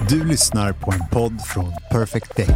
Du lyssnar på en podd från Perfect Day.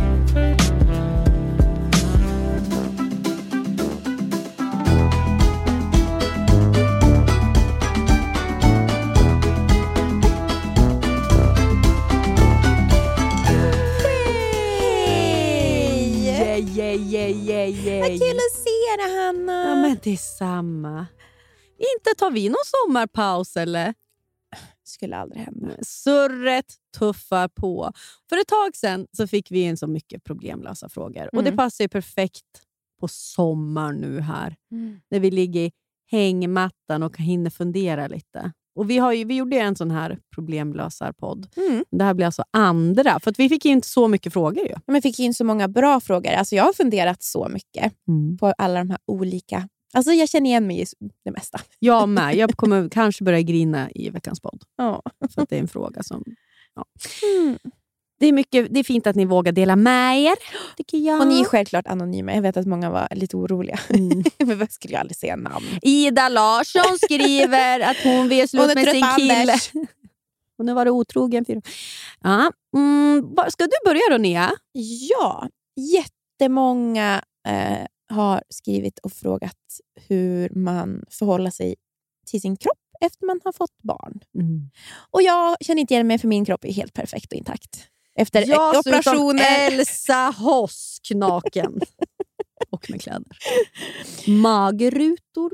Vad kul att se dig, Hanna. Ja, men det är samma. Inte tar vi någon sommarpaus eller? Skulle aldrig hända. Surret tuffar på. För ett tag sedan så fick vi in så mycket problemlösa frågor. Och det passar ju perfekt på sommar nu här. När vi ligger i hängmattan och hinner fundera lite. Och vi gjorde en sån här problemlösarpodd. Det här blir alltså andra. För att vi fick in så mycket frågor ju. Men fick in så många bra frågor. Alltså jag har funderat så mycket på alla de här olika. Alltså jag känner igen mig i det mesta. Jag med. Jag kommer kanske börja grina i veckans podd. Ja. För att det är en fråga som... Ja. Det är fint att ni vågar dela med er, tycker jag. Och ni är självklart anonyma. Jag vet att många var lite oroliga. Men jag skulle aldrig säga namn. Ida Larsson skriver att hon vill sluta med sin kille. Och nu var det otrogen. Ja. Ska du börja då, Nia? Ja, jättemånga har skrivit och frågat hur man förhåller sig till sin kropp efter man har fått barn. Och jag känner inte igen mig, för min kropp är helt perfekt och intakt. Efter operationer. Elsa Hosk naken. Och med kläder. Magrutor.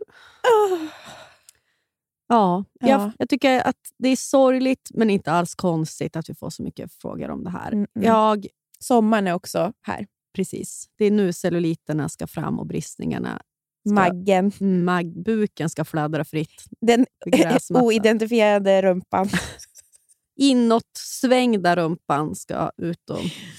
Ja. Jag tycker att det är sorgligt men inte alls konstigt att vi får så mycket frågor om det här. Sommaren är också här. Precis. Det är nu celluliterna ska fram och bristningarna. Maggen. Buken ska fladdra fritt. Den oidentifierade rumpan. Inåtsvängda rumpan ska ut.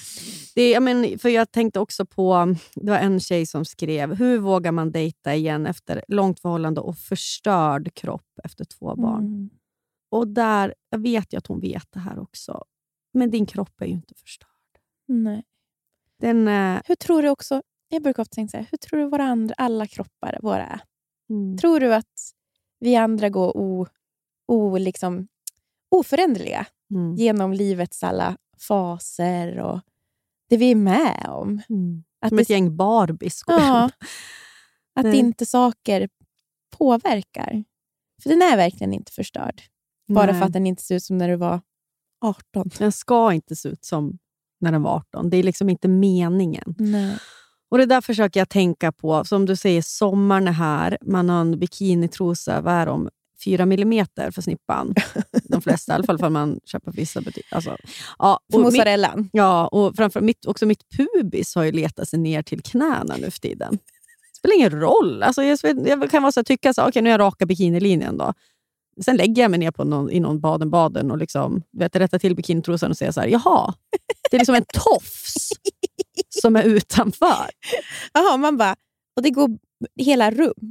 För jag tänkte också på, det var en tjej som skrev, hur vågar man dejta igen efter långt förhållande och förstörd kropp efter 2 barn? Och där, jag vet ju att hon vet det här också. Men din kropp är ju inte förstörd. Nej. Hur tror du också, jag brukar ofta tänka så här, hur tror du alla kroppar våra är? Tror du att vi andra går liksom oföränderliga genom livets alla faser och det vi är med om? Att som ett gäng Barbies. Ja, att inte saker påverkar. För den är verkligen inte förstörd. Bara för att den inte ser ut som när du var 18. Den ska inte se ut som när den var 18. Det är liksom inte meningen. Nej. Och det där försöker jag tänka på. Som du säger, sommaren är här. Man har en bikinitrosa. Vad är de? 4 millimeter för snippan. De flesta, i alla fall för man köper vissa butiker. Alltså, för mozzarellan. Och framför mitt pubis har ju letat sig ner till knäna nu för tiden. Det spelar ingen roll. Alltså, jag kan vara så tycka så okej, nu är jag raka bikinilinjen då. Sen lägger jag mig ner i någon baden och liksom, rättar till bikinitrosan och säger så här, jaha, det är liksom en tofs som är utanför. Jaha, man bara, och det går hela rumpan.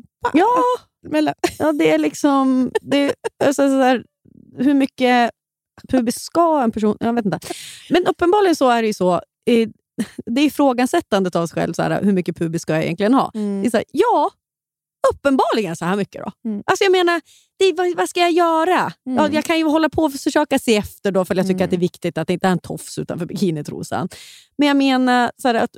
Ja, det är liksom, så där, hur mycket pubis ska en person, jag vet inte. Men uppenbarligen så är det ju så, det är ifrågasättandet av oss själv, så här, hur mycket pubis ska jag egentligen ha? Det är så här, uppenbarligen så här mycket då. Alltså jag menar, vad ska jag göra? Ja, jag kan ju hålla på och försöka se efter då, för jag tycker att det är viktigt att det inte är en tofs utanför bikinitrosan. Men jag menar så här,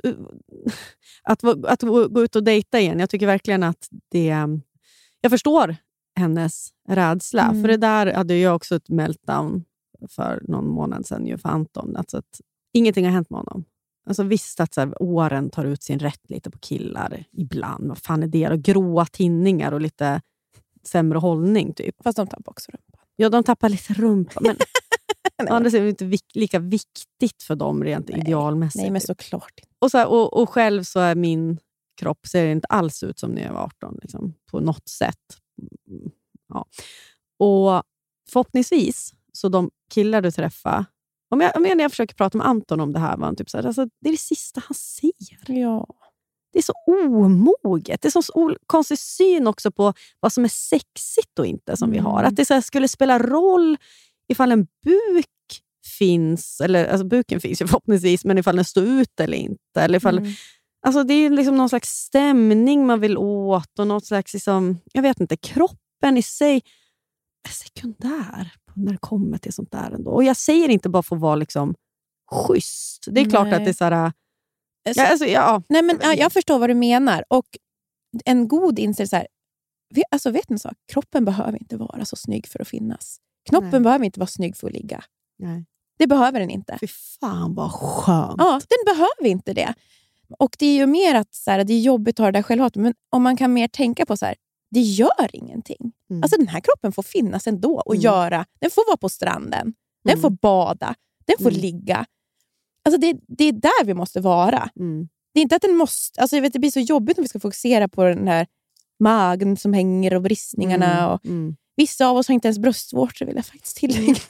att gå ut och dejta igen. Jag tycker verkligen att jag förstår hennes rädsla. För det där hade jag också ett meltdown för någon månad sedan ju för Anton. Alltså att ingenting har hänt med honom. Alltså visst att så här, åren tar ut sin rätt lite på killar ibland. Vad fan är det? Och gråa tinningar och lite sämre hållning typ. Fast de tappar också rumpan. Ja, de tappar lite rumpa. Men det är inte lika viktigt för dem rent idealmässigt. Nej, men såklart. Och, så här, och själv så är min kropp ser inte alls ut som när jag var 18. Liksom, på något sätt. Ja. Och förhoppningsvis så de killar du träffar. Om jag försöker prata med Anton om det här, var han typ så här, alltså, det är det sista han ser. Ja. Det är så omoget. Det är så konstig syn också på vad som är sexigt och inte som vi har. Att det så här, skulle spela roll ifall en buk finns, eller alltså buken finns ju förhoppningsvis, men ifall den står ut eller inte. Eller ifall, alltså det är liksom någon slags stämning man vill åt och något slags liksom, jag vet inte, kroppen i sig är sekundär när det kommer till sånt där ändå. Och jag säger inte bara för att vara liksom schysst. Det är klart att det är så här... Nej, men, jag förstår vad du menar. Och en god insikt så här... Alltså vet ni så? Kroppen behöver inte vara så snygg för att finnas. Knoppen behöver inte vara snygg för att ligga. Nej. Det behöver den inte. Fy fan vad skönt. Ja, den behöver inte det. Och det är ju mer att så här, det är jobbigt att ha det där självhat. Men om man kan mer tänka på så här, det gör ingenting. Alltså den här kroppen får finnas ändå och göra. Den får vara på stranden. Den får bada. Den får ligga. Alltså det är där vi måste vara. Det är inte att den måste... Alltså jag vet, det blir så jobbigt om vi ska fokusera på den här magen som hänger och bristningarna. Och vissa av oss har inte ens bröstvårtor, vill jag faktiskt tillägga.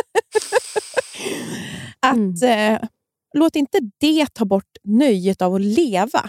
Låt inte det ta bort nöjet av att leva.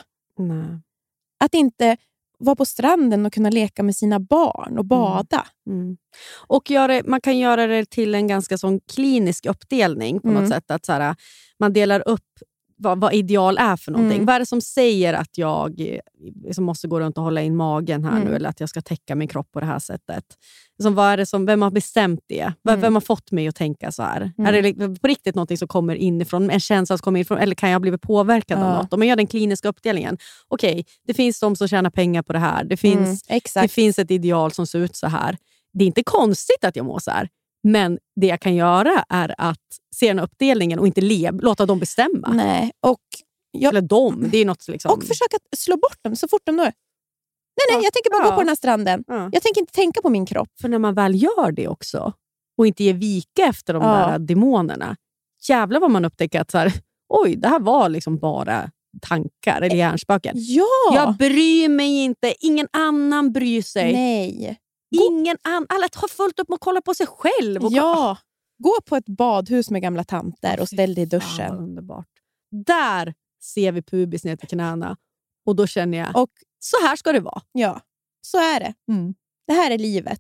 Att inte vara på stranden och kunna leka med sina barn och bada. Och man kan göra det till en ganska sån klinisk uppdelning på något sätt. Att så här, man delar upp vad ideal är för någonting. Vad är det som säger att jag liksom måste gå runt och hålla in magen här nu, eller att jag ska täcka min kropp på det här sättet? Liksom, vad är det vem har bestämt det? Vem har fått mig att tänka så här? Är det på riktigt någonting som kommer inifrån, en känsla som kommer inifrån, eller kan jag bli påverkad av något? Om man gör den kliniska uppdelningen. Okej, det finns de som tjänar pengar på det här. Det finns ett ideal som ser ut så här. Det är inte konstigt att jag mår så här. Men det jag kan göra är att se den uppdelningen och inte låta dem bestämma. Nej, eller dem, det är något liksom... Och försöka slå bort dem så fort de når. Nej, jag tänker bara gå på den här stranden. Jag tänker inte tänka på min kropp. För när man väl gör det också och inte ger vika efter de där demonerna, jävlar vad man upptäcker att så här, oj, det här var liksom bara tankar eller hjärnspöken. Ja! Jag bryr mig inte, ingen annan bryr sig. Nej. Ingen annan, alla har fullt upp med att kolla på sig själv. Ja, gå på ett badhus med gamla tanter och ställ dig i duschen. Fan, underbart. Där ser vi pubis ner till knäna. Och då känner jag, och så här ska det vara. Ja, så är det. Det här är livet.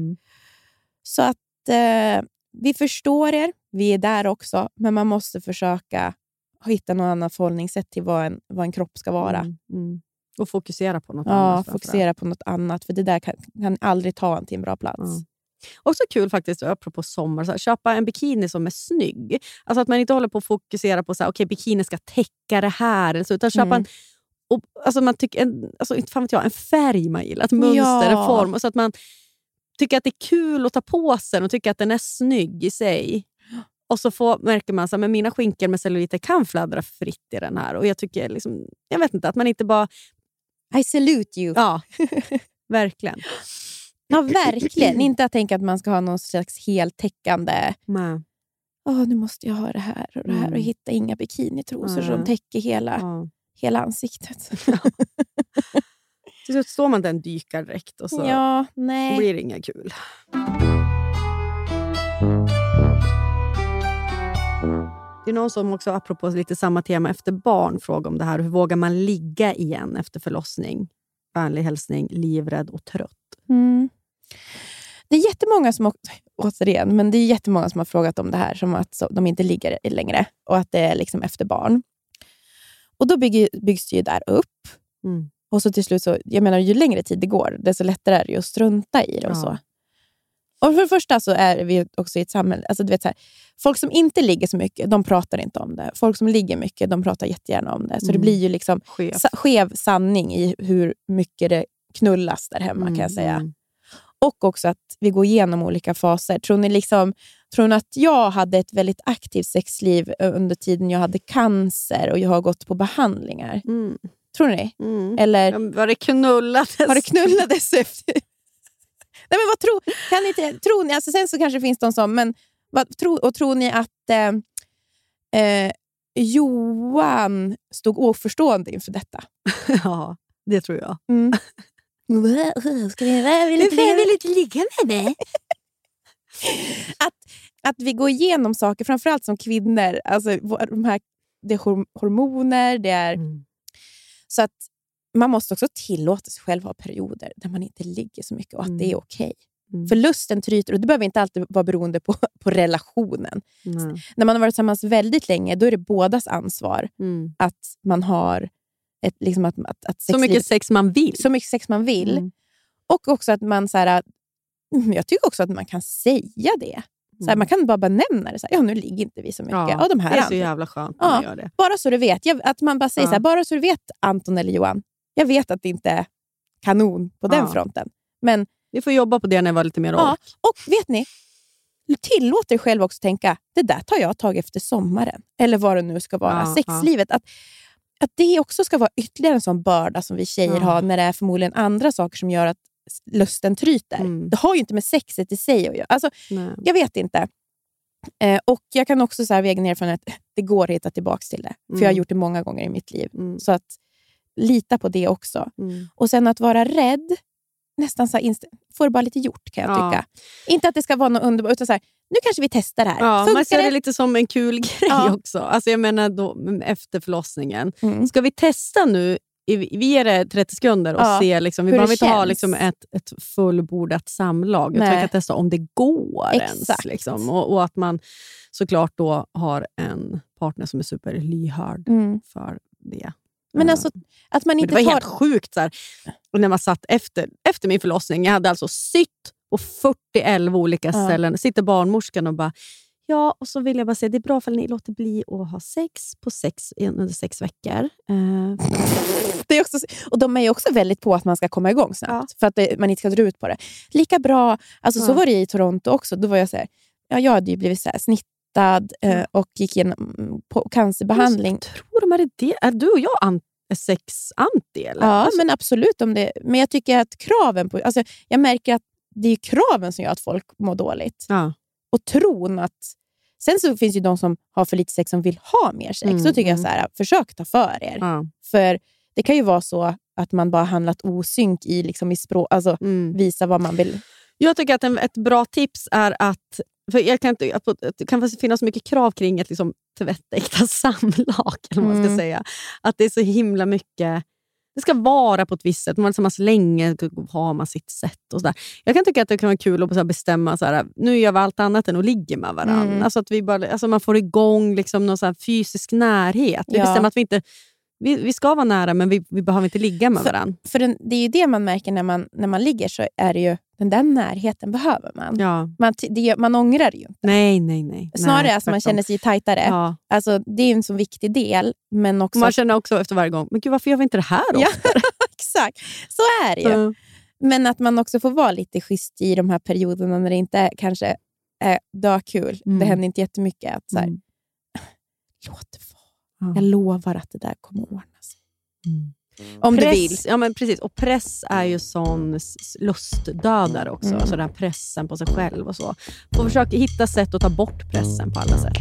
Så att vi förstår er, vi är där också. Men man måste försöka hitta något annat förhållningssätt till vad en kropp ska vara. Och fokusera på något annat. Ja, fokusera på något annat. För det där kan aldrig ta en till en bra plats. Också kul faktiskt, apropå sommar, så här, köpa en bikini som är snygg. Alltså att man inte håller på att fokusera på så här, okej, bikini ska täcka det här. Eller så, utan köpa en, alltså man tycker, inte fan vet jag, en färg man gillar. Ett mönster, en form. Och så att man tycker att det är kul att ta på sig och tycker att den är snygg i sig. Och så märker man så här, men mina skinkor med celluliter kan fladdra fritt i den här. Och jag tycker liksom, jag vet inte, att man inte bara... I salute you. Ja, verkligen. Ja, verkligen. Inte att tänka att man ska ha någon slags heltäckande... nu måste jag ha det här och det här. Och hitta inga bikinitrosor som täcker hela ansiktet. Till slut står man den dykardräkt och så blir det inga kul. Det är någon som också, apropå lite samma tema efter barn, frågar om det här. Hur vågar man ligga igen efter förlossning? Vänlig hälsning, livrädd och trött. Det är jättemånga som det är jättemånga som har frågat om det här, som att de inte ligger längre och att det är liksom efter barn. Och då byggs det ju där upp. Och så till slut så, jag menar, ju längre tid det går, desto lättare är det ju att strunta i det och så. Och för det första så är vi också i ett samhälle, alltså du vet så här, folk som inte ligger så mycket, de pratar inte om det. Folk som ligger mycket, de pratar jättegärna om det. Så det blir ju liksom skev sanning i hur mycket det knullas där hemma, kan jag säga. Och också att vi går igenom olika faser. Tror ni att jag hade ett väldigt aktivt sexliv under tiden jag hade cancer och jag har gått på behandlingar? Tror ni? Eller var det knullades efter? Nej, men tror ni? Alltså sen så kanske finns de som, men tror ni att Johan stod oförstående inför detta? Ja, det tror jag. Ska vi lite ligga med mig? att vi går igenom saker, framförallt som kvinnor, alltså det är hormoner, det är så att man måste också tillåta sig själv ha perioder där man inte ligger så mycket och att det är okej. För lusten tryter, och det behöver inte alltid vara beroende på relationen. När man har varit tillsammans väldigt länge, då är det bådas ansvar att man har ett, liksom att så mycket sex man vill. Så mycket sex man vill. Och också att man så här, jag tycker också att man kan säga det. Så här, man kan bara nämna det. Så här, nu ligger inte vi så mycket. Ja, de här det är andra. så jävla skönt när man gör det. Bara så du vet. Att man bara säger så här, bara så du vet Anton eller Johan. Jag vet att det inte är kanon på den fronten. Men vi får jobba på det när jag var lite mer ork. Och vet ni, tillåt er själv också tänka, det där tar jag tag efter sommaren. Eller vad det nu ska vara. Sexlivet. Att det också ska vara ytterligare en sån börda som vi tjejer har när det är förmodligen andra saker som gör att lusten tryter. Det har ju inte med sexet i sig att göra. Alltså, jag vet inte. Och jag kan också så här väga ner från att det går att hitta tillbaka till det. För jag har gjort det många gånger i mitt liv. Så att lita på det också. Och sen att vara rädd, nästan så här får det bara lite gjort, kan jag tycka. Inte att det ska vara något underbart, utan så här, nu kanske vi testar det här. Man ser det lite som en kul grej också. Alltså jag menar då, efter förlossningen. Ska vi testa nu? Vi ger det 30 sekunder och se liksom, vi behöver inte ha liksom ett fullbordat samlag. Jag kan testa om det går ens. Liksom. Och att man såklart då har en partner som är superlyhörd för det. Men alltså, att man inte det var helt sjukt så här, när man satt efter min förlossning. Jag hade alltså sytt på 41 olika ställen. Sitter barnmorskan och bara, och så vill jag bara säga, det är bra för ni låter bli att ha sex under 6 veckor. Det är också, och de är ju också väldigt på att man ska komma igång snabbt. För att man inte ska dra ut på det. Lika bra, alltså så var det i Toronto också. Då var jag så här, jag hade ju blivit så här snittad och gick igenom på cancerbehandling. Tror de är det? Är du och jag sexanti eller? Ja, men absolut om det. Men jag tycker att kraven på, alltså jag märker att det är kraven som gör att folk mår dåligt. Och tron att, sen så finns ju de som har för lite sex som vill ha mer sex. Så tycker jag så här, försök ta för er. För det kan ju vara så att man bara handlat osynk i, liksom i språk, alltså visa vad man vill. Jag tycker att ett bra tips är att, för det kan finnas mycket krav kring ett liksom tvättäkta samlag, eller vad man ska säga. Att det är så himla mycket, det ska vara på ett visst sätt. Man så länge har man sitt sätt och sådär. Jag kan tycka att det kan vara kul att bestämma så här, nu gör vi allt annat än att ligga med varandra. Alltså att vi bara, alltså man får igång liksom någon så här fysisk närhet. Vi bestämmer att vi inte, vi ska vara nära, men vi behöver inte ligga med varandra. För det är ju det man märker när man ligger, så är det ju den där närheten behöver man. Man ångrar det ju inte. Nej. Snarare att man känner sig tajtare. Alltså, det är en så viktig del. Men också man känner också efter varje gång, men gud, varför gör vi inte det här oftare? Exakt, så är det ju. Men att man också får vara lite schysst i de här perioderna när det inte kanske är dökul. Det händer inte jättemycket. Att så här, låt det vara. Jag lovar att det där kommer ordna sig. Om press, du vill. Ja, men precis. Och press är ju sån lustdödare också. Alltså den pressen på sig själv och så. Får försöka hitta sätt att ta bort pressen på alla sätt.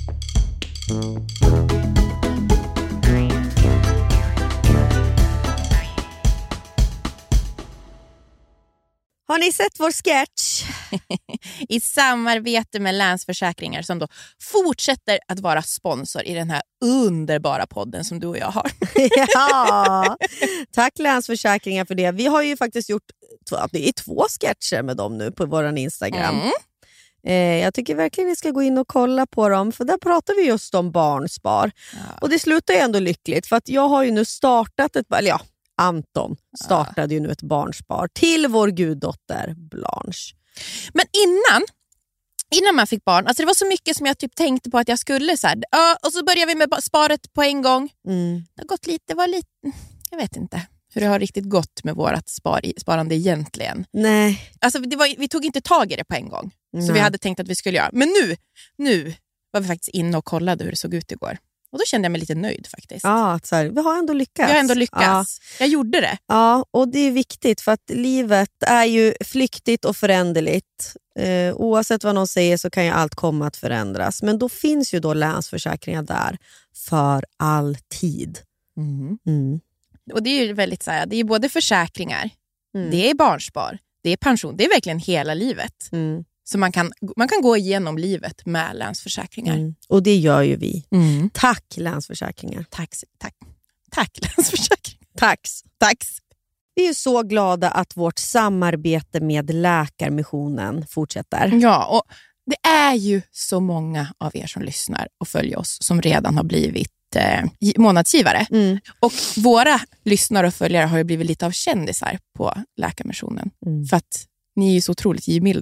Har ni sett vår sketch? I samarbete med Länsförsäkringar, som då fortsätter att vara sponsor i den här underbara podden som du och jag har. Ja, tack Länsförsäkringar för det. Vi har ju faktiskt gjort 2 sketcher med dem nu på vår Instagram. Jag tycker verkligen ni ska gå in och kolla på dem, för där pratar vi just om barnspar. Och det slutar ju ändå lyckligt, för att jag har ju nu startat Anton startade ju nu ett barnspar till vår guddotter Blanche. Men innan man fick barn, alltså det var så mycket som jag typ tänkte på att jag skulle så här, och så började vi med sparet på en gång. Det har gått lite, jag vet inte hur det har riktigt gått med vårat sparande egentligen. Nej. Alltså vi tog inte tag i det på en gång. Så vi hade tänkt att vi skulle göra. Men nu var vi faktiskt inne och kollade hur det såg ut igår. Och då kände jag mig lite nöjd faktiskt. Ja, så här, vi har ändå lyckats. Ja. Jag gjorde det. Ja, och det är viktigt, för att livet är ju flyktigt och föränderligt. Oavsett vad någon säger så kan ju allt komma att förändras. Men då finns ju då Länsförsäkringar där för alltid. Och det är ju väldigt så här, det är både försäkringar, det är barnspar, det är pension, det är verkligen hela livet. Så man kan gå igenom livet med Länsförsäkringar. Och det gör ju vi. Tack Länsförsäkringar. Tack Länsförsäkringar. Tack. Vi är så glada att vårt samarbete med Läkarmissionen fortsätter. Ja, och det är ju så många av er som lyssnar och följer oss som redan har blivit månadsgivare. Och våra lyssnare och följare har ju blivit lite av kändisar på Läkarmissionen. För att ni är ju så otroligt givmilda.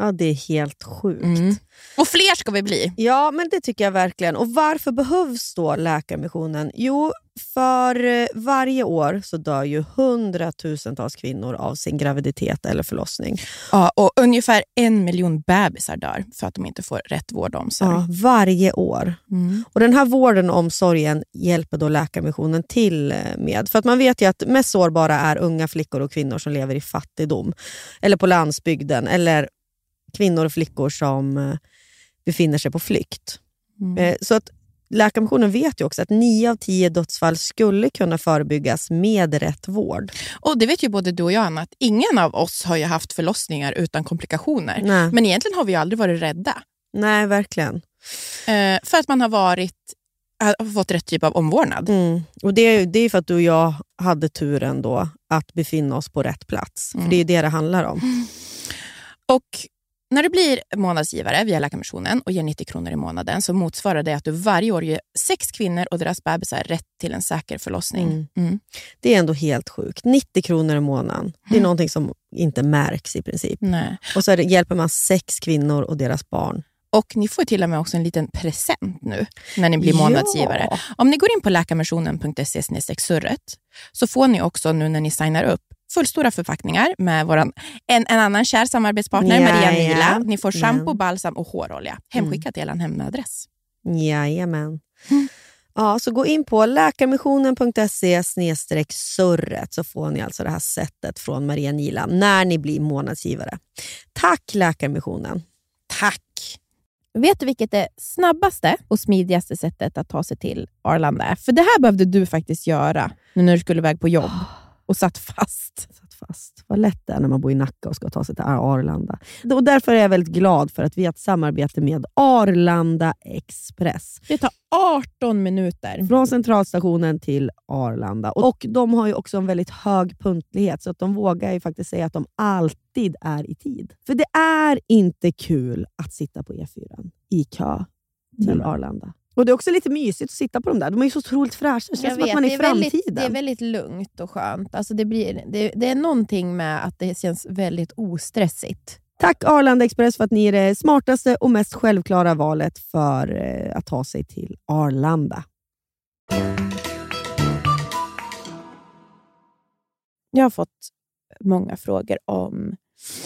Ja, det är helt sjukt. Och fler ska vi bli. Ja, men det tycker jag verkligen. Och varför behövs då Läkarmissionen? Jo, för varje år så dör ju 100,000-tals kvinnor av sin graviditet eller förlossning. Ja, och ungefär 1 miljon bebisar dör för att de inte får rätt vård och omsorg. Ja, varje år. Och den här vården och omsorgen hjälper då Läkarmissionen till med. För att man vet ju att mest sårbara är unga flickor och kvinnor som lever i fattigdom. Eller på landsbygden. Eller kvinnor och flickor som befinner sig på flykt. Så att Läkarmissionen vet ju också att 9 av 10 dödsfall skulle kunna förebyggas med rätt vård. Och det vet ju både du och jag, Anna, att ingen av oss har ju haft förlossningar utan komplikationer. Nej. Men egentligen har vi ju aldrig varit rädda. Nej, verkligen. För att man har fått rätt typ av omvårdnad. Och det är för att du och jag hade turen då att befinna oss på rätt plats. För det är det handlar om. Och när du blir månadsgivare via Läkarmissionen och ger 90 kronor i månaden så motsvarar det att du varje år ger 6 kvinnor och deras bebisar rätt till en säker förlossning. Det är ändå helt sjukt. 90 kronor i månaden. Det är någonting som inte märks i princip. Nej. Och så hjälper man 6 kvinnor och deras barn. Och ni får till och med också en liten present nu när ni blir månadsgivare. Om ni går in på läkarmissionen.se/surret så får ni också nu när ni signar upp fullstora förpackningar med en annan kär samarbetspartner, Maria Nila. Ni får shampoo, balsam och hårolja. Hemskickat till er hemmaadress. Jajamän. Ja, så gå in på läkarmissionen.se/surret så får ni alltså det här sättet från Maria Nila när ni blir månadsgivare. Tack Läkarmissionen. Tack. Vet du vilket det snabbaste och smidigaste sättet att ta sig till Arlanda är? För det här behövde du faktiskt göra nu när du skulle iväg på jobb och satt fast. Vad lätt det är när man bor i Nacka och ska ta sig till Arlanda. Och därför är jag väldigt glad för att vi har ett samarbete med Arlanda Express. Det tar 18 minuter. Från centralstationen till Arlanda. Och de har ju också en väldigt hög punktlighet så att de vågar ju faktiskt säga att de alltid är i tid. För det är inte kul att sitta på E4 i kö till Arlanda. Och det är också lite mysigt att sitta på dem där. De är ju så otroligt fräscha. Det känns som att man är i framtiden. Det är väldigt lugnt och skönt. Alltså det är någonting med att det känns väldigt ostressigt. Tack Arlanda Express för att ni är det smartaste och mest självklara valet för att ta sig till Arlanda. Jag har fått många frågor om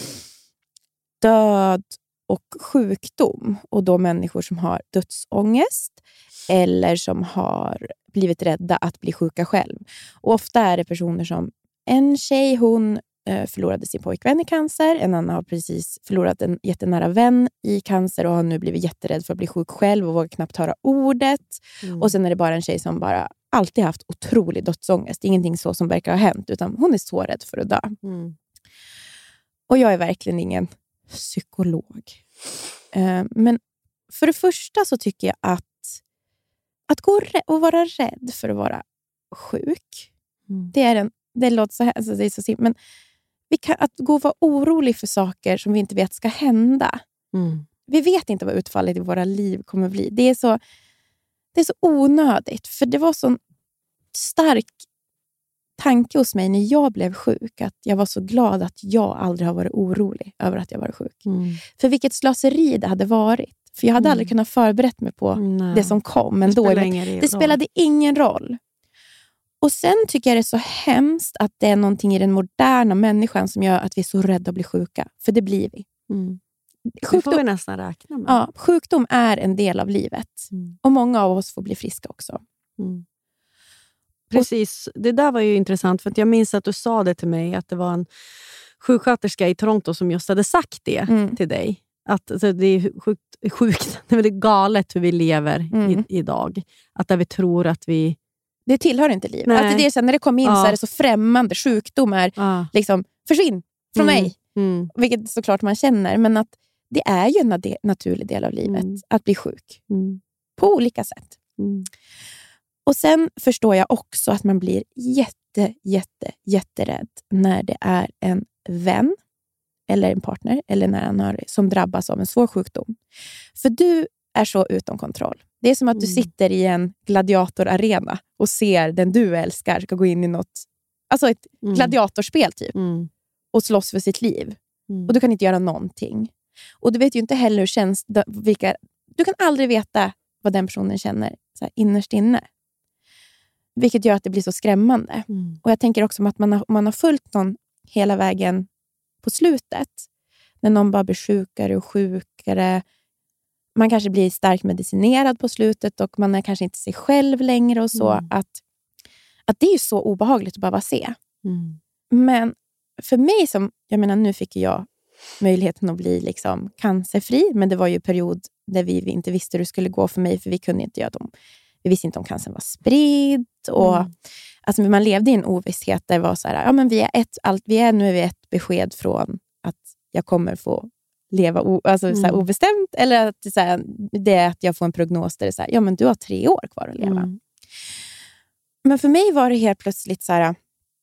död och sjukdom och då människor som har dödsångest eller som har blivit rädda att bli sjuka själv. Och ofta är det personer som en tjej, hon förlorade sin pojkvän i cancer, en annan har precis förlorat en jättenära vän i cancer och har nu blivit jätterädd för att bli sjuk själv och vågar knappt höra ordet. Och sen är det bara en tjej som bara alltid haft otrolig dödsångest. Ingenting så som verkar ha hänt utan hon är så rädd för att dö. Och jag är verkligen ingen psykolog. Men för det första så tycker jag att gå och vara rädd för att vara sjuk. Det låter så här, alltså det är så simpelt, men att gå och vara orolig för saker som vi inte vet ska hända. Vi vet inte vad utfallet i våra liv kommer bli. Det är så onödigt, för det var så stark tanke hos mig när jag blev sjuk att jag var så glad att jag aldrig har varit orolig över att jag var sjuk. För vilket slöseri det hade varit. För jag hade aldrig kunnat förberett mig på det som kom. Men det spelade ingen roll. Och sen tycker jag det är så hemskt att det är någonting i den moderna människan som gör att vi är så rädda att bli sjuka. För det blir vi. Det får vi nästan räkna med. Ja, sjukdom är en del av livet. Och många av oss får bli friska också. Precis, det där var ju intressant för att jag minns att du sa det till mig att det var en sjuksköterska i Toronto som just hade sagt det till dig. Att alltså, det är sjukt, det är galet hur vi lever idag. Att där vi tror att vi... Det tillhör inte livet. Att det är så, när det kom in så är det så främmande. Sjukdom är liksom, försvinn från mig. Vilket såklart man känner. Men att det är ju en naturlig del av livet att bli sjuk. På olika sätt. Och sen förstår jag också att man blir jätterädd när det är en vän eller en partner eller en anhörig som drabbas av en svår sjukdom. För du är så utom kontroll. Det är som att du sitter i en gladiatorarena och ser den du älskar ska gå in i något, alltså ett gladiatorspel typ och slåss för sitt liv. Och du kan inte göra någonting. Och du vet ju inte heller hur känns du kan aldrig veta vad den personen känner så här, innerst inne. Vilket gör att det blir så skrämmande. Och jag tänker också att man har följt någon hela vägen på slutet. När någon bara blir sjukare och sjukare. Man kanske blir starkt medicinerad på slutet och man är kanske inte sig själv längre och så. Att det är ju så obehagligt att bara se. Men för mig jag menar nu fick jag möjligheten att bli liksom cancerfri, men det var ju en period där vi inte visste hur det skulle gå för mig, för vi kunde inte vi visste inte om cancern var spridd och alltså man levde i en ovisshet där det var så här, ja men nu är vi ett besked från att jag kommer få leva så här obestämt, eller att så här, det är att jag får en prognos där det är så här, ja men du har 3 år kvar att leva. Men för mig var det helt plötsligt så här,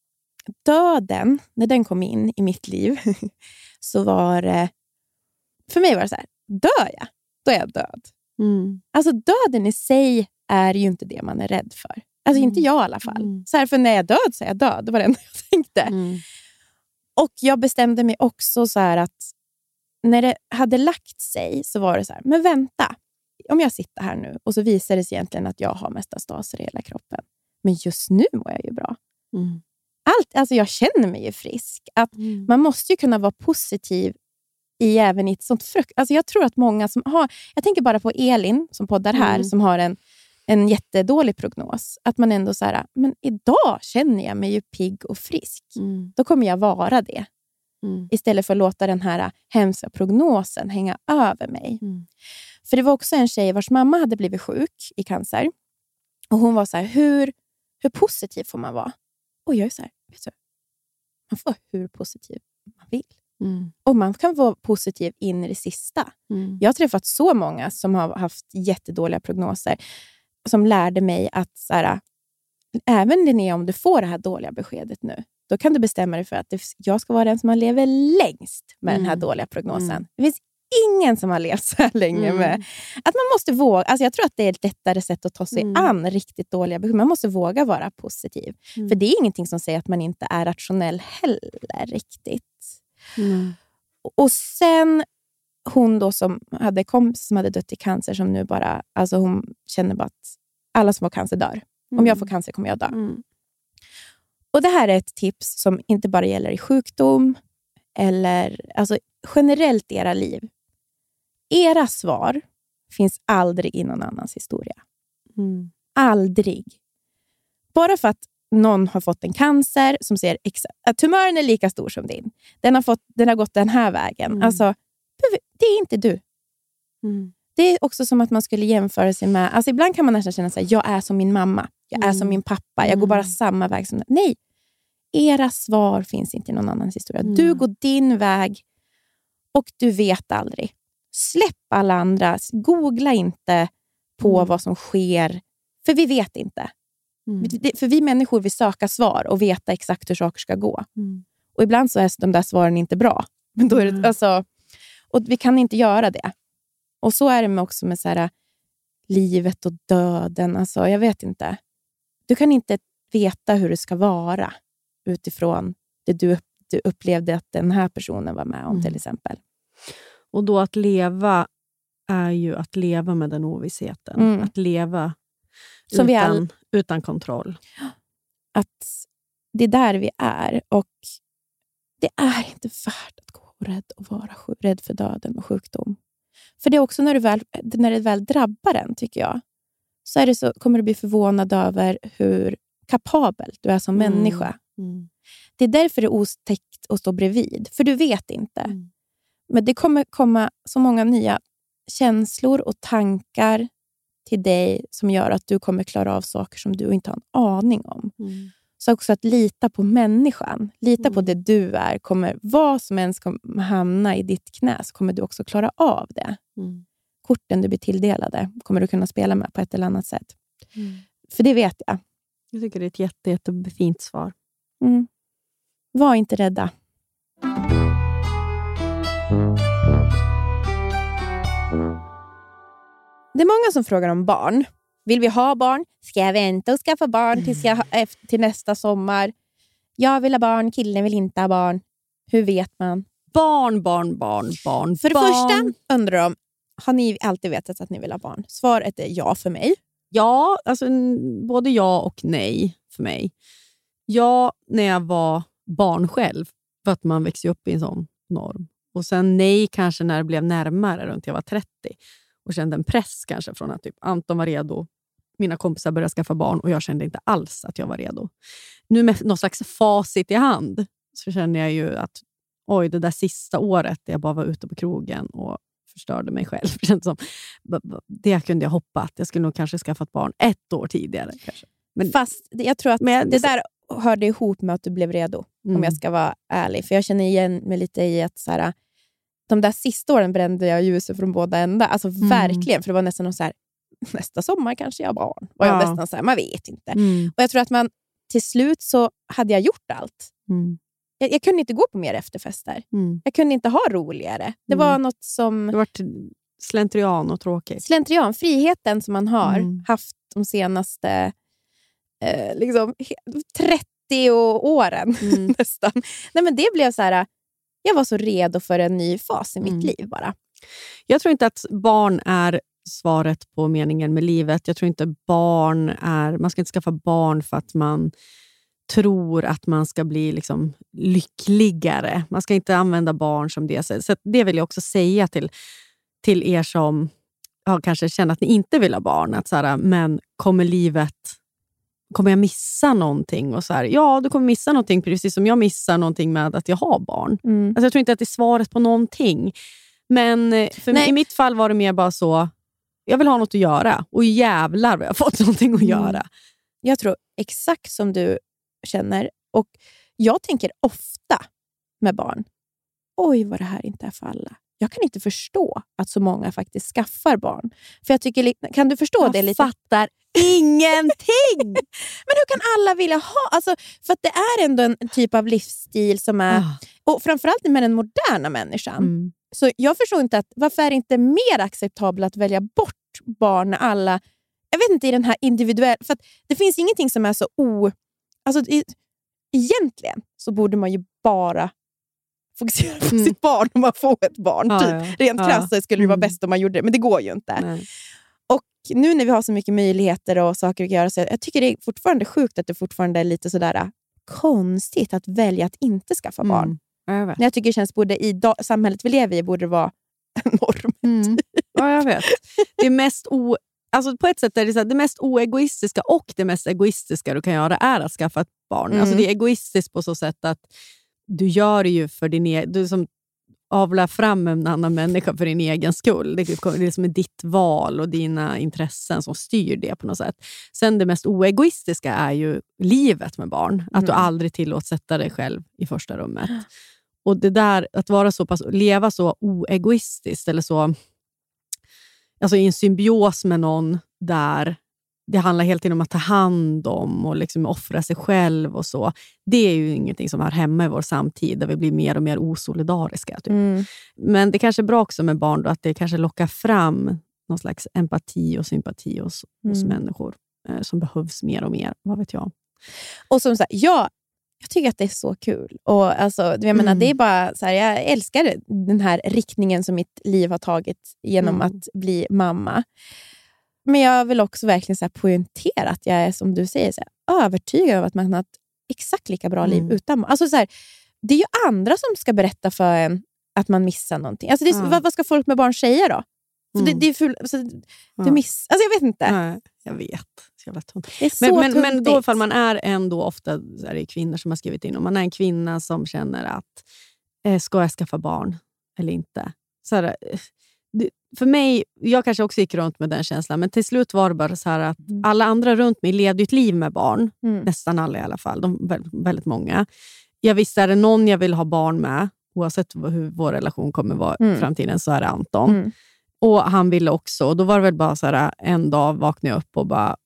döden, när den kom in i mitt liv så var det, för mig var det så här, dör jag, då är jag död. Alltså döden i sig är ju inte det man är rädd för. Alltså inte jag i alla fall. Så här, för när jag är död så är jag död, det var det enda jag tänkte. Och jag bestämde mig också så här att när det hade lagt sig så var det så här, men vänta, om jag sitter här nu och så visar det sig egentligen att jag har metastaser i hela kroppen. Men just nu mår jag ju bra. Alltså jag känner mig ju frisk. Att man måste ju kunna vara positiv även i ett sånt alltså jag tror att många som har, jag tänker bara på Elin som poddar här, som har en jättedålig prognos. Att man ändå så här, men idag känner jag mig ju pigg och frisk. Då kommer jag vara det. Istället för att låta den här hemska prognosen hänga över mig. För det var också en tjej vars mamma hade blivit sjuk i cancer. Och hon var så här, hur positiv får man vara? Och jag är så här, vet du, man får vara hur positiv man vill. Och man kan vara positiv in i det sista. Jag har träffat så många som har haft jättedåliga prognoser. Som lärde mig att så här, även Linnea, om du får det här dåliga beskedet nu, då kan du bestämma dig för att jag ska vara den som lever längst med den här dåliga prognosen. Det finns ingen som har levt så här länge med. Att man måste våga, alltså jag tror att det är ett lättare sätt att ta sig an riktigt dåliga besked. Man måste våga vara positiv. För det är ingenting som säger att man inte är rationell heller riktigt. Och sen hon då som hade kompis som hade dött i cancer, som nu bara, alltså hon känner bara att alla som har cancer dör. Om jag får cancer kommer jag dö. Och det här är ett tips som inte bara gäller i sjukdom eller alltså generellt i era liv. Era svar finns aldrig i någon annans historia. Aldrig. Bara för att någon har fått en cancer som ser att tumören är lika stor som din. Den har gått den här vägen. Alltså, det är inte du. Det är också som att man skulle jämföra sig med, alltså ibland kan man nästan känna sig, jag är som min mamma. Jag är som min pappa. Jag går bara samma väg som den. Nej. Era svar finns inte i någon annans historia. Du går din väg och du vet aldrig. Släpp alla andra. Googla inte på vad som sker. För vi vet inte. För vi människor vill söka svar och veta exakt hur saker ska gå. Och ibland så är de där svaren inte bra. Men då är det, alltså, och vi kan inte göra det. Och så är det också med så här, livet och döden. Alltså, jag vet inte. Du kan inte veta hur det ska vara utifrån det du upplevde att den här personen var med om till exempel. Och då att leva är ju att leva med den ovissheten. Att leva utan kontroll. Att det är där vi är. Och det är inte värt att gå rädd och vara rädd för döden och sjukdom. För det är också när det väl drabbar en, tycker jag. Så är det så, kommer du bli förvånad över hur kapabel du är som människa. Det är därför det är otäckt att stå bredvid. För du vet inte. Men det kommer komma så många nya känslor och tankar till dig som gör att du kommer klara av saker som du inte har en aning om. Så också att lita på människan. Lita på det du är. Kommer vad som ens kommer hamna i ditt knä, så kommer du också klara av det. Korten du blir tilldelade kommer du kunna spela med på ett eller annat sätt. För det vet jag. Jag tycker det är ett jättefint svar. Var inte rädda. Det är många som frågar om barn. Vill vi ha barn? Ska jag vänta och skaffa barn till nästa sommar? Jag vill ha barn, killen vill inte ha barn. Hur vet man? barn. För det första undrar de, har ni alltid vetat att ni vill ha barn? Svaret är ja för mig. Ja, alltså både ja och nej för mig. Ja, när jag var barn själv. För att man växer upp i en sån norm. Och sen nej kanske när det blev närmare runt jag var 30. Och kände en press kanske från att typ Anton var redo. Mina kompisar började skaffa barn och jag kände inte alls att jag var redo. Nu med någon slags facit i hand så känner jag ju att oj, det där sista året jag bara var ute på krogen och förstörde mig själv. Det kunde jag hoppa. Jag skulle nog kanske skaffa ett barn 1 år tidigare. Kanske. Men, fast jag tror att det där hörde ihop med att du blev redo. Om jag ska vara ärlig. För jag känner igen mig lite i att så här, de där sista åren brände jag ljuset från båda ändar. Alltså verkligen. För det var nästan så här, nästa sommar kanske jag har barn. Och jag nästan så här, man vet inte. Och jag tror att man till slut så hade jag gjort allt. Jag kunde inte gå på mer efterfester. Jag kunde inte ha roligare. Det var något som... Det var slentrian och tråkigt. Slentrian, friheten som man har haft de senaste 30 åren nästan. Nej, men det blev så här, jag var så redo för en ny fas i mitt liv bara. Jag tror inte att barn är svaret på meningen med livet. Jag tror inte man ska inte skaffa barn för att man tror att man ska bli liksom lyckligare. Man ska inte använda barn som det. Så det vill jag också säga till er som kanske känner att ni inte vill ha barn. Att så här, men kommer jag missa någonting? Och så här, ja, du kommer missa någonting precis som jag missar någonting med att jag har barn. Alltså jag tror inte att det är svaret på någonting. Men i mitt fall var det mer bara så, jag vill ha något att göra. Och jävlar vad jag har fått någonting att göra. Jag tror exakt som du känner. Och jag tänker ofta med barn, oj vad det här inte är för alla. Jag kan inte förstå att så många faktiskt skaffar barn. För jag tycker, kan du förstå det lite? Jag fattar ingenting! Men hur kan alla vilja ha? Alltså, för att det är ändå en typ av livsstil som är... Och framförallt med den moderna människan. Så jag förstår inte varför är det inte mer acceptabelt att välja bort barn när alla... Jag vet inte, i den här individuella... För att det finns ingenting som är så Alltså egentligen så borde man ju bara fokusera på sitt barn om man får ett barn. Typ. Rent krasst skulle det vara bäst om man gjorde det, men det går ju inte. Nej. Och nu när vi har så mycket möjligheter och saker att göra, så jag tycker det är fortfarande sjukt att det fortfarande är lite sådär konstigt att välja att inte skaffa barn. Jag tycker det känns både i samhället vi lever i borde det vara norm. Ja, jag vet. Det är mest alltså på ett sätt är det så här, det mest oegoistiska och det mest egoistiska du kan göra är att skaffa ett barn. Alltså det är egoistiskt på så sätt att du gör det ju för du som avlar fram en annan människa för din egen skull. Det är som ditt val och dina intressen som styr det på något sätt. Sen det mest oegoistiska är ju livet med barn. Att du aldrig tillåts sätta dig själv i första rummet. Och det där, att vara så pass, leva så oegoistiskt eller så, alltså i en symbios med någon där det handlar helt tiden om att ta hand om och liksom offra sig själv och så. Det är ju ingenting som har hemma i vår samtid där vi blir mer och mer osolidariska. Typ. Men det kanske är bra också med barn då, att det kanske lockar fram någon slags empati och sympati hos människor som behövs mer och mer. Vad vet jag? Och som sagt, jag tycker att det är så kul. Och alltså, jag menar, det är bara så här, jag älskar den här riktningen som mitt liv har tagit genom att bli mamma. Men jag vill också verkligen så här poängtera att jag är, som du säger, så här, övertygad om att man har ett exakt lika bra liv utan. Alltså så här, det är ju andra som ska berätta för en att man missar någonting. Alltså vad ska folk med barn säga då? För det är ful, alltså, alltså jag vet inte. Nej, jag vet. Det är så men då ifall man är ändå ofta så är det kvinnor som har skrivit in, om man är en kvinna som känner att ska jag skaffa barn eller inte? Så här, för mig, jag kanske också gick runt med den känslan, men till slut var det bara så här att alla andra runt mig levde ett liv med barn. Nästan alla i alla fall, väldigt många. Jag visste, är det någon jag vill ha barn med, oavsett hur vår relation kommer vara i framtiden, så är det Anton. Och han ville också, och då var det väl bara så här, en dag vaknade jag upp och bara,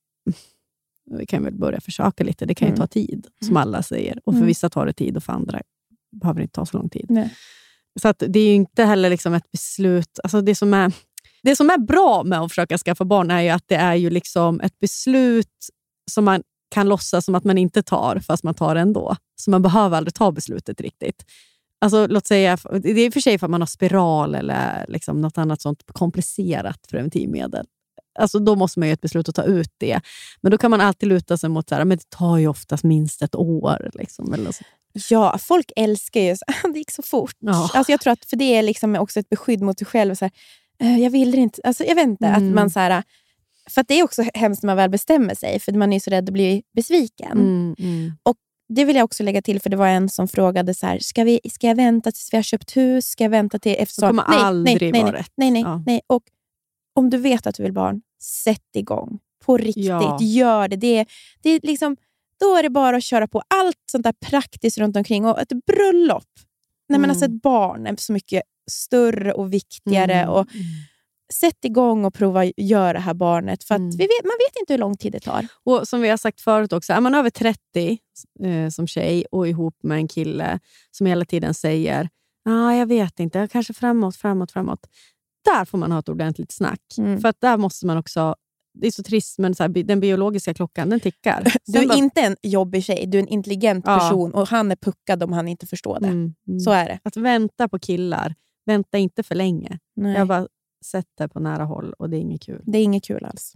vi kan väl börja försöka lite, det kan ju ta tid, som alla säger. Och för vissa tar det tid och för andra behöver det inte ta så lång tid. Nej. Så att det är ju inte heller liksom ett beslut, alltså det som är bra med att försöka skaffa barn är ju att det är ju liksom ett beslut som man kan låtsas som att man inte tar, fast man tar ändå. Så man behöver aldrig ta beslutet riktigt. Alltså låt säga, det är för sig för att man har spiral eller liksom något annat sånt komplicerat preventivmedel. Alltså då måste man ju ett beslut att ta ut det. Men då kan man alltid luta sig mot så här, men det tar ju oftast minst ett år. Liksom, eller så. Ja, folk älskar ju det gick så fort. Ja. Alltså jag tror att för det är liksom också ett beskydd mot sig själv. Så här, jag vill inte, alltså jag vet inte att man så här, för att det är också hemskt när man väl bestämmer sig. För man är så rädd att bli besviken. Och det vill jag också lägga till, för det var en som frågade så här, ska jag vänta tills vi har köpt hus? Ska jag vänta till efter det kommer aldrig vara rätt. Nej. Och om du vet att du vill barn, sätt igång. På riktigt, gör det. Det är liksom, då är det bara att köra på allt sånt där praktiskt runt omkring. Och ett bröllop, nej men alltså ett barn är så mycket större och viktigare. Och sätt igång och prova att göra det här barnet. För att man vet inte hur lång tid det tar. Och som vi har sagt förut också, är man över 30 som tjej och ihop med en kille som hela tiden säger, jag vet inte, kanske framåt. Där får man ha ett ordentligt snack. För att där måste man också, det är så trist, men så här, den biologiska klockan, den tickar. Du är inte en jobbig tjej, du är en intelligent person och han är puckad om han inte förstår det. Så är det. Att vänta på killar, vänta inte för länge. Nej. Jag bara sett det på nära håll och det är inget kul. Det är inget kul alls.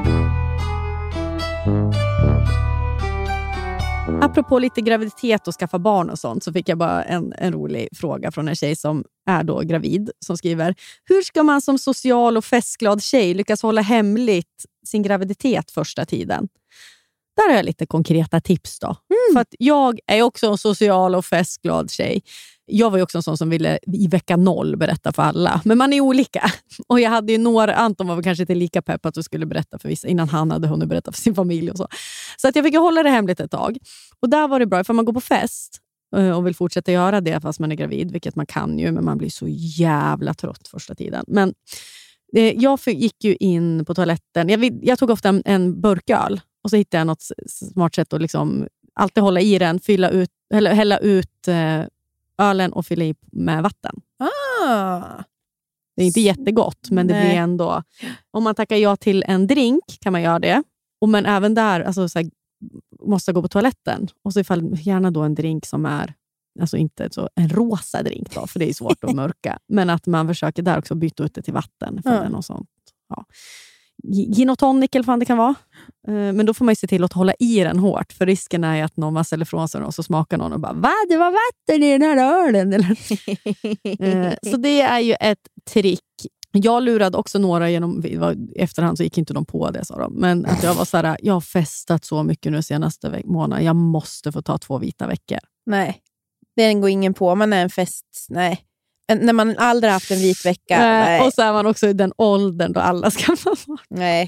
Apropå lite graviditet och skaffa barn och sånt, så fick jag bara en rolig fråga från en tjej som är då gravid, som skriver: hur ska man som social och festglad tjej lyckas hålla hemligt sin graviditet första tiden? Där har jag lite konkreta tips då. För att jag är också en social och festglad tjej. Jag var ju också en sån som ville i vecka 0 berätta för alla. Men man är olika. Och jag hade ju några, Anton var väl kanske inte lika pepp att du skulle berätta för vissa innan han hade hunnit berätta för sin familj och så. Så att jag fick hålla det hemligt ett tag. Och där var det bra, för man går på fest och vill fortsätta göra det fast man är gravid, vilket man kan ju, men man blir så jävla trött första tiden. Men jag gick ju in på toaletten. Jag tog ofta en burköl och så hittade jag något smart sätt att liksom alltid hålla i den, hälla ut ölen och fylla i med vatten. Det är inte jättegott, men det blir ändå, om man tackar ja till en drink kan man göra det. Men även där, alltså så här, måste gå på toaletten. Och så gärna då en drink som är, alltså inte så en rosa drink då, för det är svårt att mörka. Men att man försöker där också byta ut det till vatten för den och sånt. Ja. Gin och tonic eller vad det kan vara. Men då får man ju se till att hålla i den hårt. För risken är att någon ställer från sig och så smakar någon och bara, va? Det var vatten i den här ölen. Så det är ju ett trick. Jag lurade också några efterhand, så gick inte de på det, sa de. Men att jag var så här, jag har festat så mycket nu senaste månaden. Jag måste få ta 2 vita veckor. Nej, den går ingen på. Man är en fest, nej. När man aldrig haft en vit vecka. Nej. Och så är man också i den åldern då alla ska vara.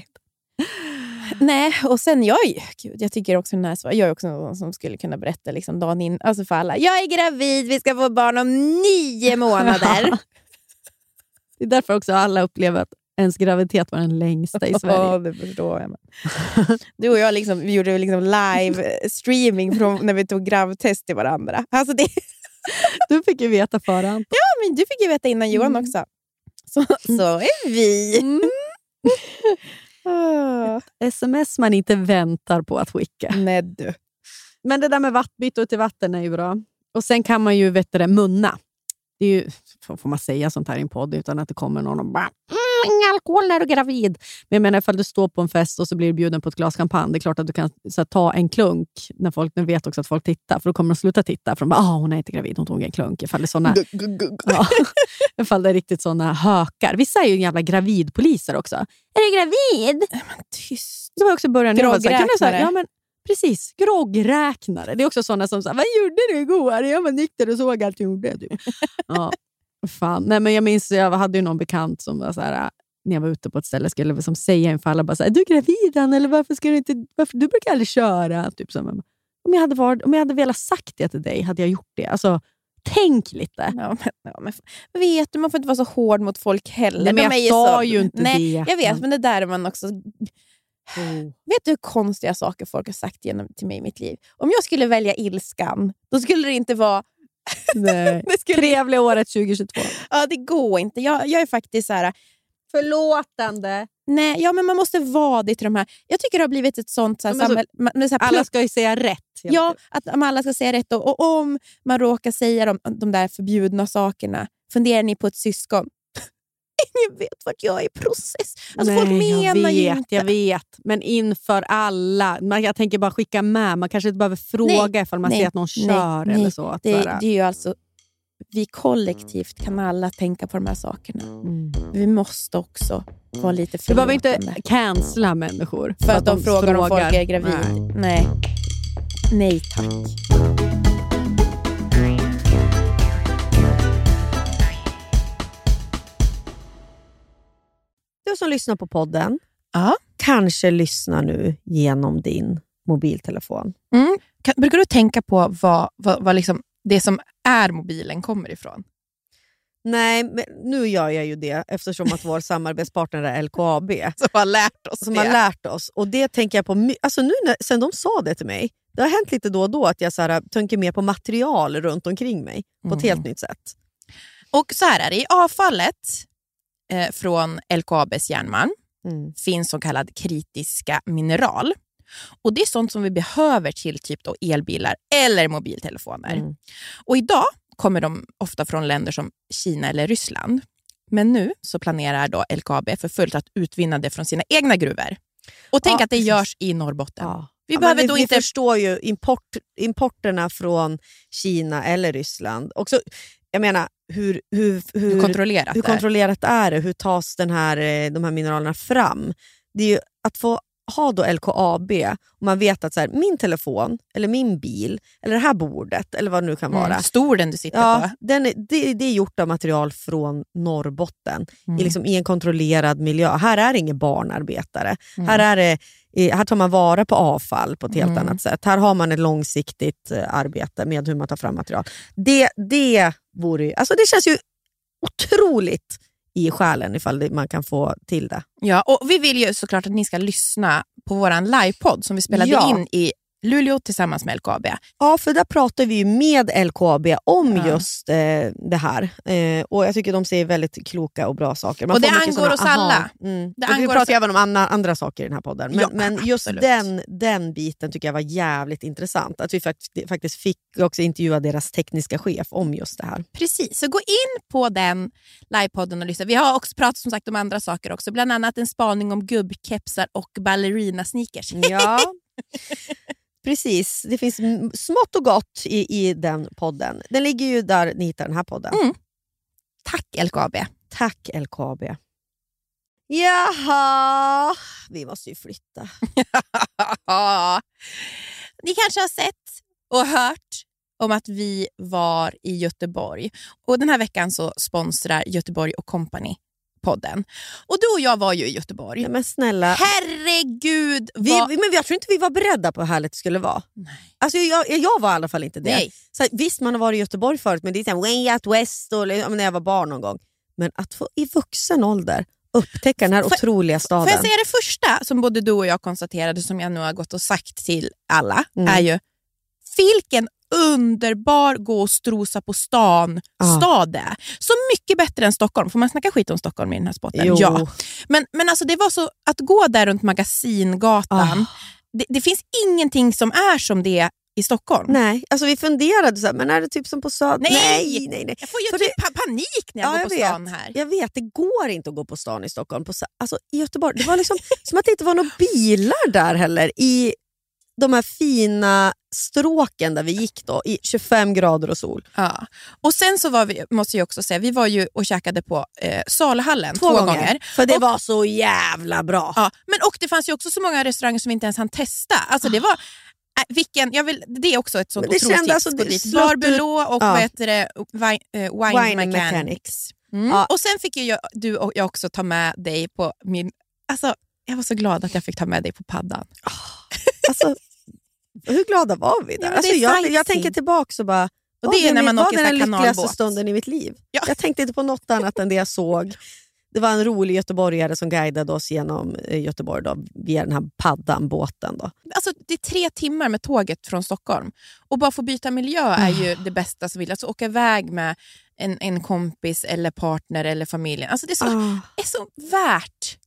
Nej, och sen jag tycker också den här, jag är också någon som skulle kunna berätta liksom dagen in, alltså för alla. Jag är gravid, vi ska få barn om 9 månader. Det är därför också alla upplever att ens graviditet var den längsta i Sverige. Ja, det förstår jag. Du och jag vi gjorde liksom live streaming från när vi tog gravtest till varandra. Alltså det... Du fick ju veta förhand. Ja, men du fick ju veta innan Johan också. Så är vi. SMS man inte väntar på att skicka. Nej du. Men det där med byta ut i vatten är ju bra. Och sen kan man ju munna. Det är ju, får man säga sånt här i en podd utan att det kommer någon och bara ingen alkohol när du är gravid. Men jag menar, ifall du står på en fest och så blir du bjuden på ett glas champagne, det är klart att du kan så här, ta en klunk när folk vet också att folk tittar, för då kommer de sluta titta, för de bara, hon är inte gravid, hon tog en klunk. Ifall det är såna, ifall det är riktigt såna hökar. Vissa är ju en jävla gravidpoliser också. Är du gravid? Men tyst. Det var också början. Groggräknare. Ja men precis, groggräknare. Det är också såna som säger, vad gjorde du igår? Jag var nykter och såg allt jag gjorde. Ja, fan. Nej, men jag minns, jag hade ju någon bekant som var så här, när jag var ute på ett ställe skulle liksom säga inför alla bara så här, är du gravid? Eller varför du brukar aldrig köra? Typ så. Om jag hade velat sagt det till dig, hade jag gjort det. Alltså, tänk lite. Ja, men vet du, man får inte vara så hård mot folk heller. Nej, men jag sa ju inte det. Jag vet, men det där är man också... Vet du hur konstiga saker folk har sagt till mig i mitt liv? Om jag skulle välja ilskan, då skulle det inte vara... Nej. Trevliga året 2022. Ja, det går inte. Jag är faktiskt så här... Förlåtande. Nej, ja, men man måste vara det till de här. Jag tycker det har blivit ett sånt samhälle. Alla ska ju säga rätt. Ja, att alla ska säga rätt. Och om man råkar säga de där förbjudna sakerna, funderar ni på ett syskon? Ingen vet vart jag är i process. Alltså, folk menar ju inte. Jag vet. Men inför alla. Jag tänker bara skicka med. Man kanske inte behöver fråga ifall man ser att någon kör eller så. Det är ju alltså... Vi kollektivt kan alla tänka på de här sakerna. Vi måste också vara lite förlåtande. Du behöver inte cancella människor. För att de frågar om folk är gravid. Nej tack. Du som lyssnar på podden Ja. kanske lyssnar nu genom din mobiltelefon. Brukar du tänka på vad liksom det som är mobilen kommer ifrån? Nej, men nu gör jag ju det eftersom att vår samarbetspartner är LKAB. Som har lärt oss. Och det tänker jag på, alltså nu sen de sa det till mig, det har hänt lite då och då att jag så här, tänker mer på material runt omkring mig på ett helt nytt sätt. Och så här är det, i avfallet från LKABs järnmalm finns så kallad kritiska mineral. Och det är sånt som vi behöver till typ då elbilar eller mobiltelefoner. Och idag kommer de ofta från länder som Kina eller Ryssland. Men nu så planerar då LKAB för fullt att utvinna det från sina egna gruvor. Och tänk att det görs i Norrbotten. Ja. Vi förstår ju importerna från Kina eller Ryssland. Också, jag menar, hur kontrollerat är det? Hur tas de här mineralerna fram? Det är ju att få ha då LKAB och man vet att så här, min telefon eller min bil eller det här bordet eller vad det nu kan vara. Stor den du sitter på. Det är gjort av material från Norrbotten i en kontrollerad miljö. Här är det ingen barnarbetare. Här tar man vara på avfall på ett helt annat sätt. Här har man ett långsiktigt arbete med hur man tar fram material. Det vore, alltså det känns ju otroligt i själen ifall man kan få till det. Ja, och vi vill ju såklart att ni ska lyssna på våran livepodd som vi spelade in i Luleå tillsammans med LKAB. Ja, för där pratar vi ju med LKAB om just det här. Och jag tycker de säger väldigt kloka och bra saker. Och det angår oss alla. Vi pratar även om andra saker i den här podden. Men just den biten tycker jag var jävligt intressant. Att vi faktiskt fick också intervjua deras tekniska chef om just det här. Precis, så gå in på den livepodden och lyssna. Vi har också pratat som sagt om andra saker också. Bland annat en spaning om gubbkepsar och ballerina-sneakers. Ja, precis. Det finns smått och gott i den podden. Den ligger ju där ni hittar den här podden. Tack LKAB. Tack LKAB. Jaha, vi måste ju flytta. Ni kanske har sett och hört om att vi var i Göteborg. Och den här veckan så sponsrar Göteborg och Company podden. Och du och jag var ju i Göteborg. Ja, men snälla. Herregud. Men jag tror inte vi var beredda på hur härligt det skulle vara. Nej. Alltså jag var i alla fall inte det. Nej. Så visst, man har varit i Göteborg förut, men det är så här Way Out West och när jag var barn någon gång. Men att få i vuxen ålder upptäcka den här otroliga staden. Får jag säga det första som både du och jag konstaterade, som jag nu har gått och sagt till alla, är ju vilken underbar gå och strosa på stan stad är. Så mycket bättre än Stockholm. Får man snacka skit om Stockholm i den här spotten? Jo. Ja. Men alltså det var så att gå där runt Magasingatan. Det finns ingenting som är som det i Stockholm. Nej, alltså vi funderade så här, men är det typ som på stan? Nej. Jag får ju typ panik när jag går på stan här. Jag vet, det går inte att gå på stan i Stockholm. Alltså i Göteborg, det var liksom som att det inte var några bilar där heller i de här fina stråken där vi gick då i 25 grader och sol. Ja. Och sen så var vi, måste jag också säga, vi var ju och käkade på Salhallen två gånger. För det var så jävla bra. Ja, och det fanns ju också så många restauranger som vi inte ens hann testa. Alltså det var det är också ett sånt otroligt tips. Alltså, Barbelå och vad heter det? Wine Mechanics. Ja. Och sen fick ju du och jag också ta med dig på min... Alltså, jag var så glad att jag fick ta med dig på paddan. Alltså, hur glada var vi där? Ja, alltså, jag tänker tillbaka så bara... Och det är när man åker den kanalbåt. Lyckligaste stunden i mitt liv. Ja. Jag tänkte inte på något annat än det jag såg. Det var en rolig göteborgare som guidade oss genom Göteborg då, via den här båten då. Alltså det är 3 timmar med tåget från Stockholm. Och bara få byta miljö är ju det bästa som vill. Alltså åka iväg med en kompis eller partner eller familjen. Alltså det är så värt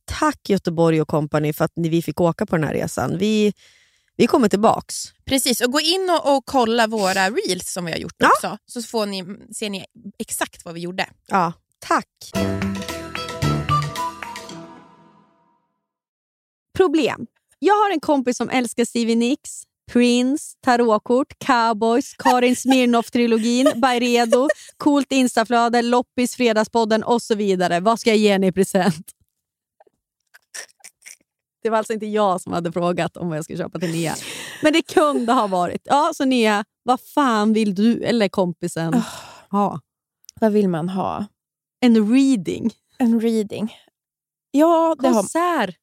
tack Göteborg och company för att vi fick åka på den här resan. Vi kommer tillbaks. Precis, och gå in och kolla våra reels som vi har gjort också. Så ser ni exakt vad vi gjorde. Ja, tack. Problem. Jag har en kompis som älskar Stevie Nicks, Prince, tarotkort, Cowboys, Karin Smirnoff-trilogin, Byredo, coolt instaflöde, loppis, fredagspodden och så vidare. Vad ska jag ge henne i present? Det var alltså inte jag som hade frågat om vad jag skulle köpa till Nia. Men det kunde ha varit. Ja, så Nia, vad fan vill du eller kompisen ha? Vad vill man ha? En reading. En reading. Ja, det konsert.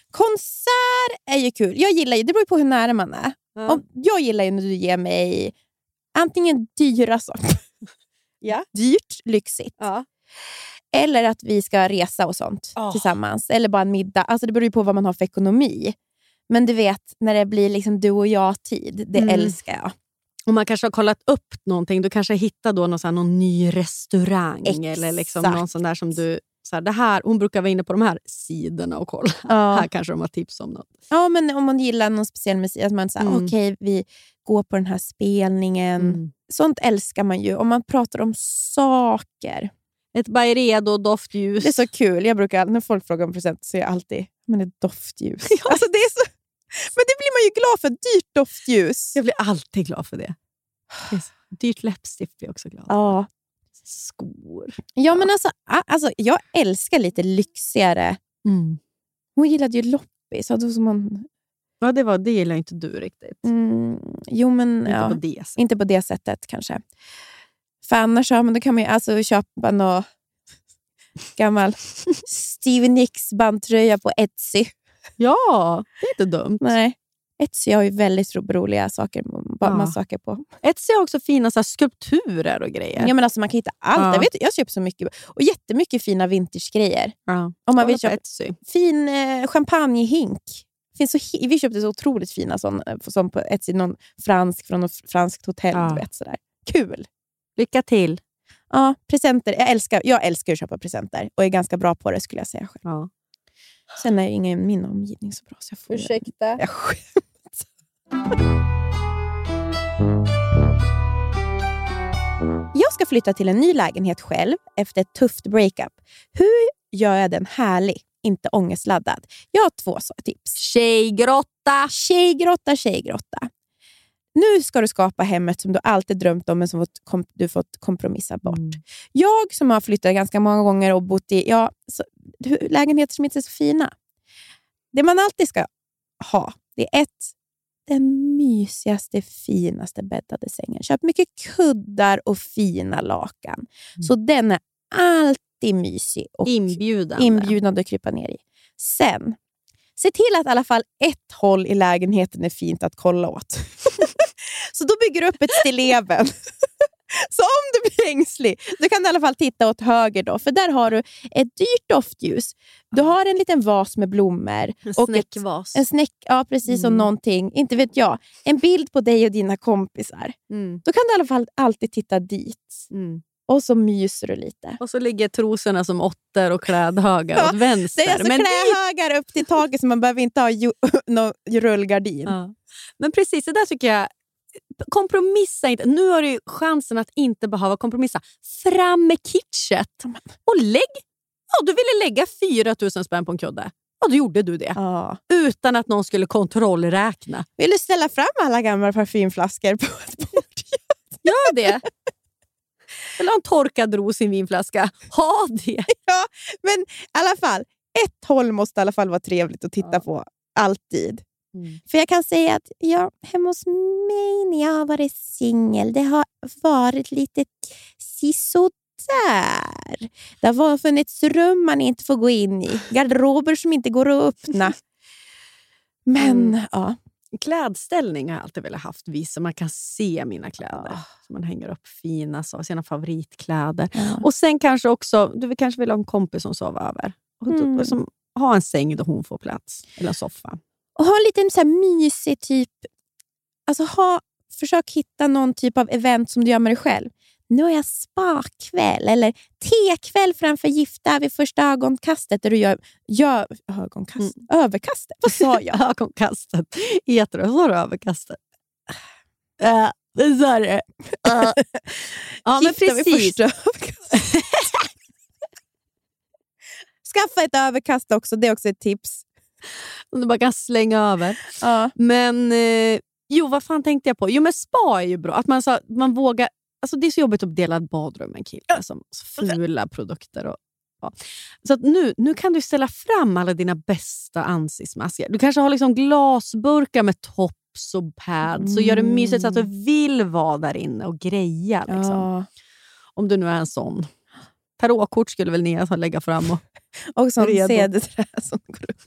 Konsert är ju kul. Jag gillar ju, det beror på hur nära man är. Ja. Och jag gillar ju när du ger mig antingen dyra saker. Ja. Dyrt, lyxigt. Ja. Eller att vi ska resa och sånt tillsammans. Eller bara en middag. Alltså det beror ju på vad man har för ekonomi. Men du vet, när det blir liksom du och jag-tid. Det älskar jag. Och man kanske har kollat upp någonting. Du kanske hittar då någon ny restaurang. Exakt. Eller liksom någon sån där som du... Så här, det här, hon brukar vara inne på de här sidorna och kolla. Här kanske de har tips om något. Ja, men om man gillar någon speciell musik. Att man säger, okej, vi går på den här spelningen. Sånt älskar man ju. Om man pratar om saker. Ett Byredo doftljus. Det är så kul. Jag brukar, när folk frågar om present så säger jag alltid, men ett doftljus. Alltså det är så, men det blir man ju glad för. Dyrt doftljus. Jag blir alltid glad för det. Dyrt läppstift blir jag också glad för. Ja. Skor. Ja, men alltså jag älskar lite lyxigare. Hon gillade ju loppis. Ja, det gillar inte du riktigt. Jo, men inte på det sättet. Inte på det sättet kanske. För annars men då kan man ju alltså köpa någon gammal Stevie Nicks bandtröja på Etsy. Ja, det är inte dumt. Nej. Etsy har ju väldigt roliga saker man söker på. Etsy har också fina så här, skulpturer och grejer. Ja, men alltså man kan hitta allt. Jag köper så mycket. Och jättemycket fina vintage-grejer. Ja. Om man vill köpa Etsy. Fin champagnehink. Vi köpte så otroligt fina som på Etsy. Någon fransk från något franskt hotell. Du vet, sådär. Kul. Lycka till. Ja, presenter. Jag älskar att köpa presenter. Och är ganska bra på det, skulle jag säga själv. Ja. Sen är ingen min omgivning så bra. Så jag får ursäkta. Jag skämt. Jag ska flytta till en ny lägenhet själv efter ett tufft breakup. Hur gör jag den härlig? Inte ångestladdad. Jag har 2 tips. Tjejgrotta. Nu ska du skapa hemmet som du alltid drömt om men som du fått kompromissa bort. Jag som har flyttat ganska många gånger och bott i lägenheter som inte är så fina. Det man alltid ska ha, det är den mysigaste, finaste bäddade sängen. Köp mycket kuddar och fina lakan. Så den är alltid mysig och inbjudande att krypa ner i. Sen, se till att i alla fall ett håll i lägenheten är fint att kolla åt. Så då bygger du upp ett stilleven. Så om du blir ängslig, då kan du i alla fall titta åt höger då. För där har du ett dyrt doftljus. Du har en liten vas med blommor. En snäckvas. Ja, precis som någonting. Inte vet jag. En bild på dig och dina kompisar. Då kan du i alla fall alltid titta dit. Och så myser du lite. Och så ligger trosorna som åttor och klädhögar åt vänster. Det är alltså klädhögar upp till taket så man behöver inte ha någon rullgardin. Ja. Men precis, det där tycker jag. Kompromissa inte. Nu har du chansen att inte behöva kompromissa. Fram med kitchet. Och lägg. Ja, du ville lägga 4 000 spänn på en kudde. Ja, då gjorde du det. Ja. Utan att någon skulle kontrollräkna. Vill du ställa fram alla gamla parfymflaskor på ett bord? Gör det. Eller en torkad ros i en vinflaska. Ha det. Ja, men i alla fall. Ett håll måste i alla fall vara trevligt att titta på. Alltid. För jag kan säga att hemma hos mig när jag har varit singel, det har varit lite sisådär. Det har funnits rum man inte får gå in i. Garderober som inte går att öppna. Men ja. Klädställning har jag alltid velat haft. Så man kan se mina kläder. Så man hänger upp fina sina favoritkläder. Och sen kanske också, du kanske vill ha en kompis som sover över. Och som ha en säng där hon får plats. Eller en soffa. Och ha en liten så här mysig typ. Alltså försök hitta någon typ av event som du gör med dig själv. nu har jag spa-kväll eller tekväll framför Gifta vid första ögonkastet där du gör överkastet. Vad sa jag? Ögonkastet. Heter det så överkastet? Det sa det. Ja, men Gifta vid precis. första överkastet. Skaffa ett överkast också, det är också ett tips. Om du bara kan slänga över. Ja. Men vad fan tänkte jag på? Jo, men spa är ju bra. Att man vågar. Alltså det är så jobbigt att dela ett badrum med en kille som fula produkter. Och, ja. Så att nu kan du ställa fram alla dina bästa ansiktsmasker. Du kanske har liksom glasburkar med tops och pads. Och gör det mysigt så att du vill vara där inne och greja. Liksom. Ja. Om du nu är en sån. Tarotkort skulle väl ni lägga fram. Och sån cederträ som går upp.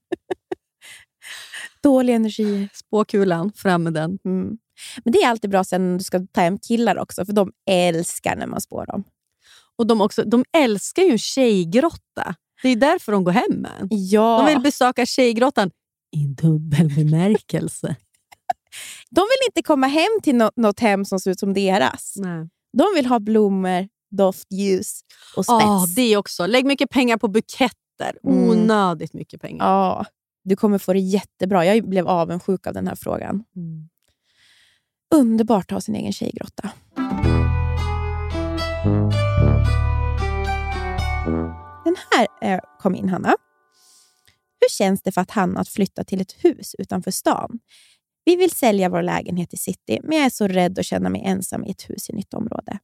Dålig energi. Spåkulan, fram med den. Mm. Men det är alltid bra sen när du ska ta hem killar också. För de älskar när man spår dem. Och de älskar ju en tjejgrotta. Det är därför de går hem med. Ja. De vill besöka tjejgrottan i dubbel bemärkelse. De vill inte komma hem till något hem som ser ut som deras. Nej. De vill ha blommor, doftljus och spets. Ja, det också. Lägg mycket pengar på buketter. Onödigt mycket pengar. Ja, du kommer få det jättebra. Jag blev avundsjuk av den här frågan. Underbart att ha sin egen tjejgrotta. Den här kom in, Hanna. Hur känns det för att Hanna att flytta till ett hus utanför stan? Vi vill sälja vår lägenhet i city, men jag är så rädd att känna mig ensam i ett hus i nytt område.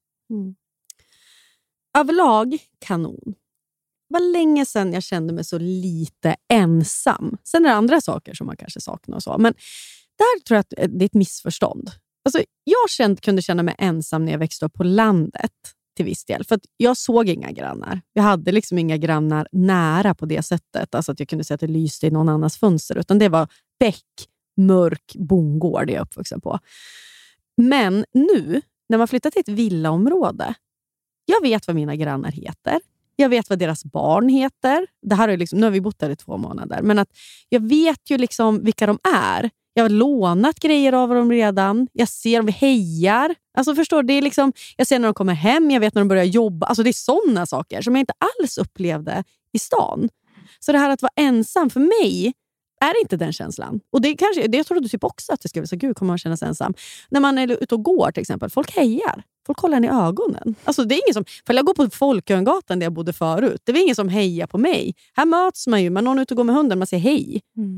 Överlag kanon. Det var länge sedan jag kände mig så lite ensam. Sen är det andra saker som man kanske saknar och så. Men där tror jag att det är ett missförstånd. Alltså, jag kunde känna mig ensam när jag växte upp på landet till viss del. För att jag såg inga grannar. Jag hade liksom inga grannar nära på det sättet. Alltså att jag kunde se att det lyste i någon annans fönster. Utan det var bäck, mörk bondgård jag är uppvuxen på. Men nu, när man flyttar till ett villaområde. Jag vet vad mina grannar heter. Jag vet vad deras barn heter. Det här är liksom, nu har vi bott där i 2 månader. Men att jag vet ju liksom vilka de är. Jag har lånat grejer av dem redan. Jag ser dem, vi hejar. Alltså förstår, det är liksom, jag ser när de kommer hem. Jag vet när de börjar jobba. Alltså det är sådana saker som jag inte alls upplevde i stan. Så det här att vara ensam för mig är inte den känslan. Och det jag trodde typ också att det skulle vara så, gud, kommer man känna sig ensam. När man är ute och går till exempel. Folk hejar. Folk kollar en i ögonen. Alltså det är ingen som, för jag går på Folköngatan där jag bodde förut. Det var ingen som hejar på mig. Här möts man ju, men någon ute och går med hunden, man säger hej.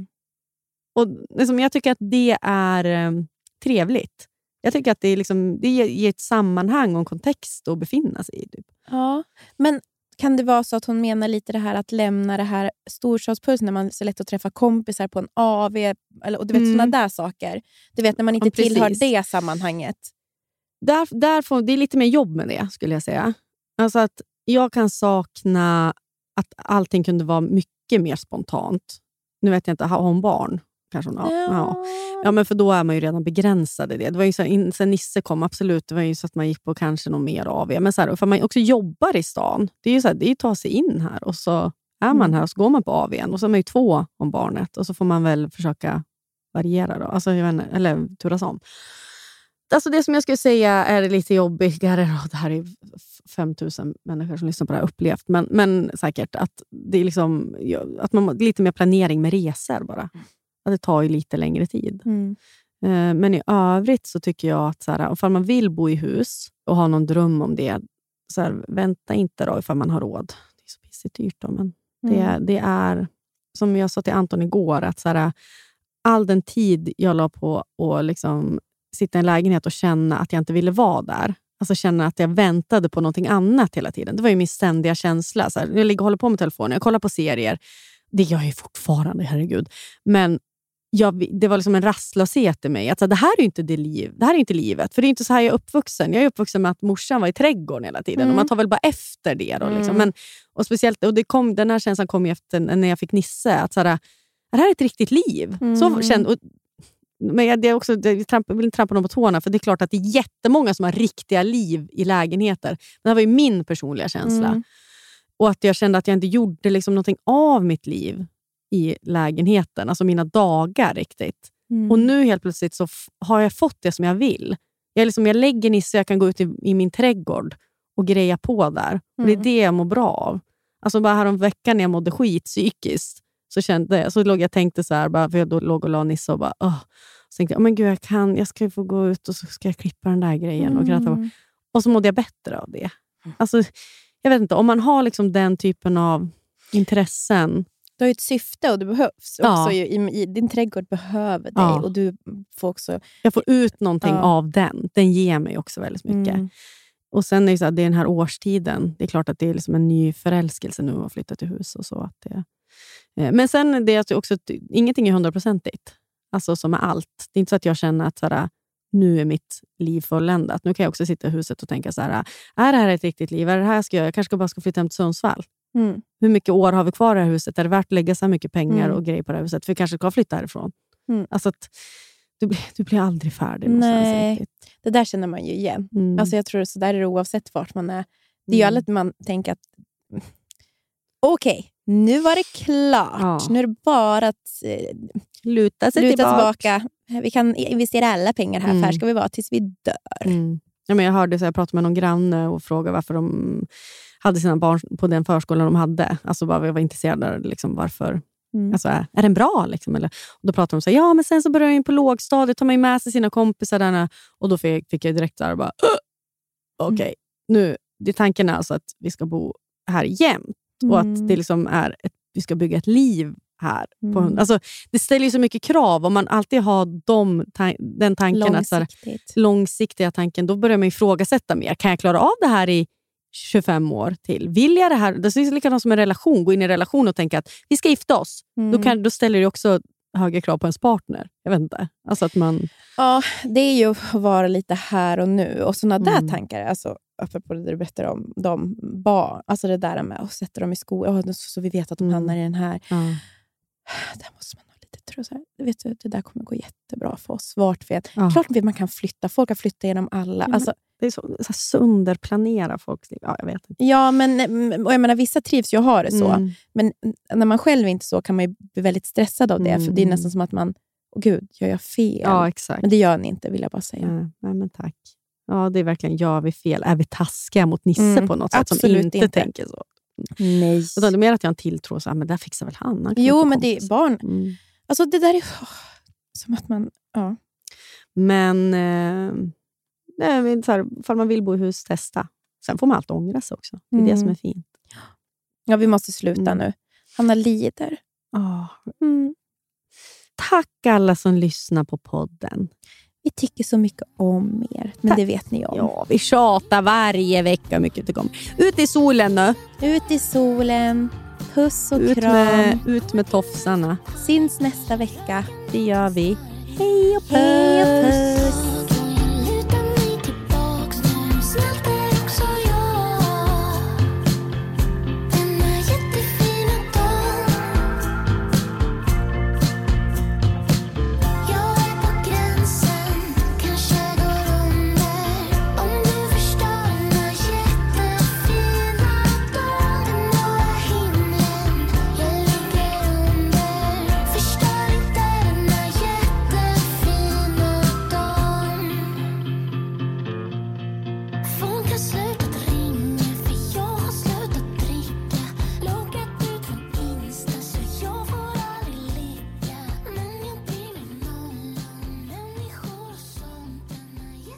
Och liksom, jag tycker att det är trevligt. Jag tycker att det är liksom, det ger ett sammanhang och en kontext att befinna sig i. Typ. Ja, men kan det vara så att hon menar lite det här att lämna det här storstadspulsen när man är så lätt att träffa kompisar på en AV eller, och du vet sådana där saker. Du vet när man inte tillhör det sammanhanget. Det är lite mer jobb med det, skulle jag säga. Alltså att jag kan sakna att allting kunde vara mycket mer spontant. Nu vet jag inte, har hon barn? Kanske hon har. Ja, men för då är man ju redan begränsad i det. Det var ju så, sen Nisse kom, absolut. Det var ju så att man gick på kanske någon mer AV. Men så här, för man också jobbar i stan. Det är ju så här, det är att ta sig in här. Och så är man här och så går man på AV:n. Och så är man ju 2 om barnet. Och så får man väl försöka variera då. Alltså, eller turas om. Alltså det som jag skulle säga är lite jobbigare. Det här är 5000 människor som lyssnar på det här upplevt. Men säkert att det är liksom, att man lite mer planering med resor bara. Att det tar ju lite längre tid. Men i övrigt så tycker jag att så här, ifall man vill bo i hus och ha någon dröm om det, så här, vänta inte då ifall man har råd. Det är så pissigt dyrt då, men det är som jag sa till Anton igår, att så här, all den tid jag la på och liksom sitta i en lägenhet och känna att jag inte ville vara där. Alltså känna att jag väntade på någonting annat hela tiden. Det var ju min ständiga känsla. Så här, jag ligger och håller på med telefonen, jag kollar på serier. Det gör jag ju fortfarande, herregud. Men det var liksom en rastlöshet i mig. Att så här, det här är ju inte det liv. Det här är inte livet. För det är inte så här jag är uppvuxen. Jag är uppvuxen med att morsan var i trädgården hela tiden. Och man tar väl bara efter det då. Liksom. Men, och speciellt, och den här känslan kom ju efter när jag fick Nisse. Att så här, det här är ett riktigt liv. Så kände. Men jag vill inte trampa någon på tårna, för det är klart att det är jättemånga som har riktiga liv i lägenheter. Men det här var ju min personliga känsla. Och att jag kände att jag inte gjorde liksom någonting av mitt liv i lägenheten. Alltså mina dagar riktigt. Och nu helt plötsligt så har jag fått det som jag vill. Jag lägger Nisse, jag kan gå ut i min trädgård och greja på där. Och det är det jag mår bra av. Alltså bara här om veckan när jag mådde skit psykiskt så låg jag tänkte så här, bara, för jag då låg och la Nisse och bara så tänkte jag, men gud jag ska få gå ut och så ska jag klippa den där grejen och gräta. Och så mådde jag bättre av det. Alltså jag vet inte, om man har liksom den typen av intressen. Du har ju ett syfte och det behövs. Också i din trädgård behöver dig. Och du får också... Jag får ut någonting av den. Den ger mig också väldigt mycket. Och sen är det, så här, det är den här årstiden. Det är klart att det är liksom en ny förälskelse nu att flytta till hus och så. Att det, men sen det är också att ingenting är 100%igt. Alltså som med allt. Det är inte så att jag känner att så här, nu är mitt liv fulländat. Nu kan jag också sitta i huset och tänka så här, är det här ett riktigt liv? Är det här jag kanske bara ska flytta hem till Sundsvall? Hur mycket år har vi kvar i det här huset? Är det värt att lägga så mycket pengar och grejer på det här huset? För vi kanske ska flytta härifrån. Alltså att du blir aldrig färdig. Nej, det där känner man ju igen. Alltså jag tror så där är det oavsett vart man är. Det är ju aldrig att man tänker att okej, nu var det klart. Ja. Nu är det bara att luta sig tillbaka. Vi kan investera alla pengar här. För här ska vi vara tills vi dör. Ja, men jag hörde så jag pratade med någon granne och frågade varför de hade sina barn på den förskolan de hade. Alltså bara jag var intresserad av liksom, varför. Alltså, är den bra? Liksom, eller? Och då pratade de så här, ja men sen så började jag in på lågstadiet, tar man med sig sina kompisar där. Och då fick jag direkt där och bara, okej, nu, det är tanken alltså att vi ska bo här jämt. Och att det liksom är vi ska bygga ett liv här. Alltså, det ställer ju så mycket krav. Om man alltid har den tanken. Långsiktiga tanken. Då börjar man ifrågasätta mer. Kan jag klara av det här i 25 år till? Vill jag det här? Det är likadant som en relation. Gå in i en relation och tänka att vi ska gifta oss. Då ställer det också höga krav på ens partner. Jag vet inte. Alltså att man... Ja, det är ju att vara lite här och nu. Och sådana där tankar. Alltså, uppe på det du berättar om de barn. Alltså det där med att sätta dem i skolan. Så vi vet att de hamnar i den här. Där måste man ha lite tro. Vet du, det där kommer gå jättebra för oss. Vart fel. Klart man kan flytta. Folk kan flytta genom alla. Alltså, det är så sönderplanera folks liv. Ja, jag vet inte. Ja, och jag menar, vissa trivs ju att ha det så. Men när man själv inte så kan man ju bli väldigt stressad av det. För det är nästan som att man, gud, gör jag fel? Ja, exakt. Men det gör ni inte, vill jag bara säga. Nej, men tack. Ja, det är verkligen, gör vi fel? Är vi taskiga mot Nisse på något sätt som inte tänker så? Nej. Och då är det mer att jag har en tilltro så här, men där fixar väl han. Jo, men det är barn. Alltså det där är som att man, Men så här, ifall man vill bo i hus, testa. Sen får man allt ångra sig också. Det är det som är fint. Ja, vi måste sluta nu. Hanna lider. Tack alla som lyssnar på podden. Vi tycker så mycket om er. Men det vet ni om. Ja, vi tjatar varje vecka mycket det kommer. Ut i solen nu. Ut i solen. Puss och kram. Ut med tofsarna. Syns nästa vecka. Det gör vi. Hej och puss. Hej och puss.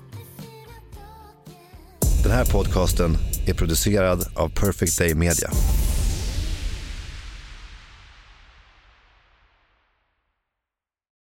Den här podcasten är producerad av Perfect Day Media.